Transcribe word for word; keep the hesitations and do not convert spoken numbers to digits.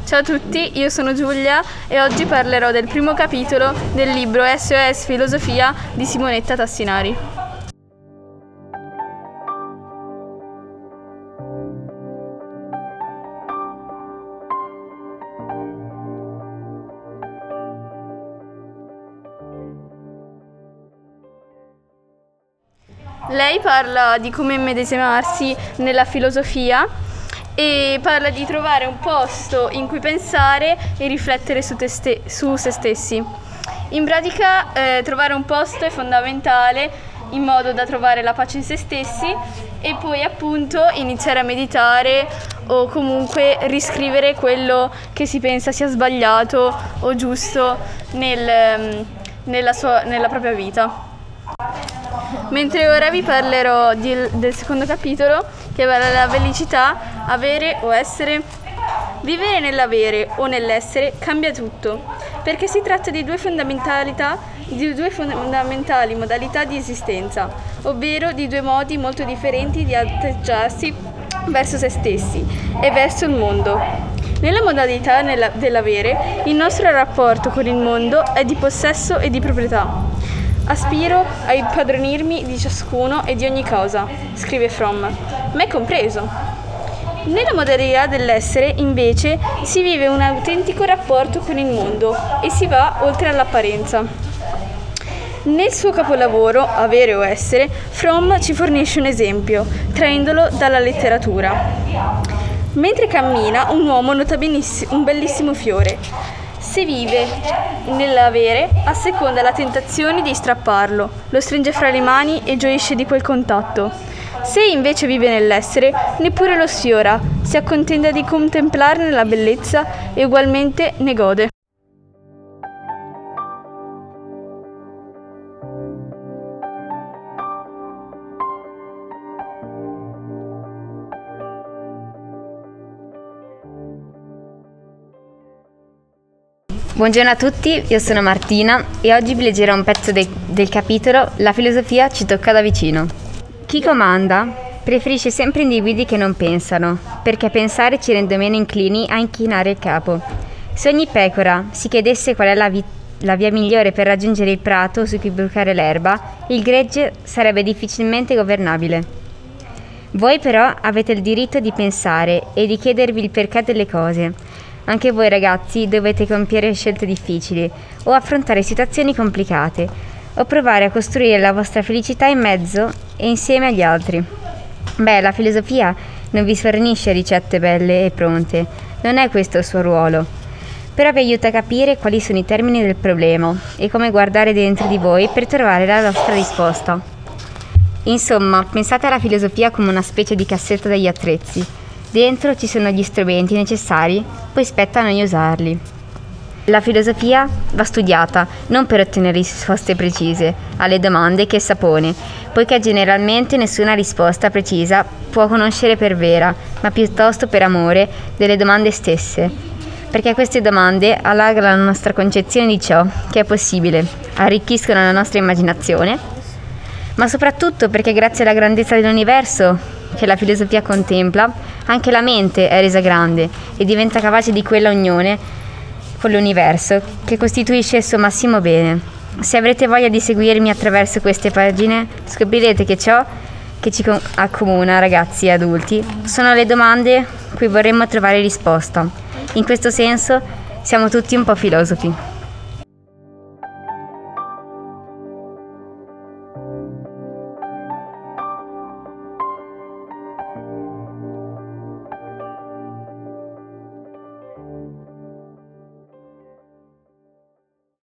Ciao a tutti, io sono Giulia e oggi parlerò del primo capitolo del libro S O S Filosofia di Simonetta Tassinari. Lei parla di come immedesimarsi nella filosofia e parla di trovare un posto in cui pensare e riflettere su, te ste- su se stessi. In pratica eh, trovare un posto è fondamentale in modo da trovare la pace in se stessi e poi appunto iniziare a meditare o comunque riscrivere quello che si pensa sia sbagliato o giusto nel, nella, sua, nella propria vita. Mentre ora vi parlerò di, del secondo capitolo, che parla della felicità, avere o essere. Vivere nell'avere o nell'essere cambia tutto, perché si tratta di due fondamentalità, di due fondamentali modalità di esistenza, ovvero di due modi molto differenti di atteggiarsi verso se stessi e verso il mondo. Nella modalità nella, dell'avere, il nostro rapporto con il mondo è di possesso e di proprietà. Aspiro a impadronirmi di ciascuno e di ogni cosa, scrive Fromm, me compreso. Nella modalità dell'essere, invece, si vive un autentico rapporto con il mondo e si va oltre all'apparenza. Nel suo capolavoro, Avere o essere, Fromm ci fornisce un esempio, traendolo dalla letteratura. Mentre cammina, un uomo nota benissimo un bellissimo fiore. Se vive nell'avere, asseconda la tentazione di strapparlo, lo stringe fra le mani e gioisce di quel contatto. Se invece vive nell'essere, neppure lo sfiora, si accontenta di contemplarne la bellezza e ugualmente ne gode. Buongiorno a tutti, io sono Martina e oggi vi leggerò un pezzo de- del capitolo La filosofia ci tocca da vicino. Chi comanda preferisce sempre individui che non pensano, perché pensare ci rende meno inclini a inchinare il capo. Se ogni pecora si chiedesse qual è la, vi- la via migliore per raggiungere il prato su cui brucare l'erba, il gregge sarebbe difficilmente governabile. Voi però avete il diritto di pensare e di chiedervi il perché delle cose. Anche voi ragazzi dovete compiere scelte difficili o affrontare situazioni complicate o provare a costruire la vostra felicità in mezzo e insieme agli altri. Beh, la filosofia non vi fornisce ricette belle e pronte, non è questo il suo ruolo, però vi aiuta a capire quali sono i termini del problema e come guardare dentro di voi per trovare la vostra risposta. Insomma, pensate alla filosofia come una specie di cassetta degli attrezzi. Dentro ci sono gli strumenti necessari, poi spetta a noi usarli. La filosofia va studiata non per ottenere risposte precise alle domande che essa pone, poiché generalmente nessuna risposta precisa può conoscere per vera, ma piuttosto per amore delle domande stesse, perché queste domande allargano la nostra concezione di ciò che è possibile, arricchiscono la nostra immaginazione, ma soprattutto perché grazie alla grandezza dell'universo che la filosofia contempla, anche la mente è resa grande e diventa capace di quella unione con l'universo che costituisce il suo massimo bene. Se avrete voglia di seguirmi attraverso queste pagine, scoprirete che ciò che ci accomuna, ragazzi e adulti, sono le domande cui vorremmo trovare risposta. In questo senso, siamo tutti un po' filosofi.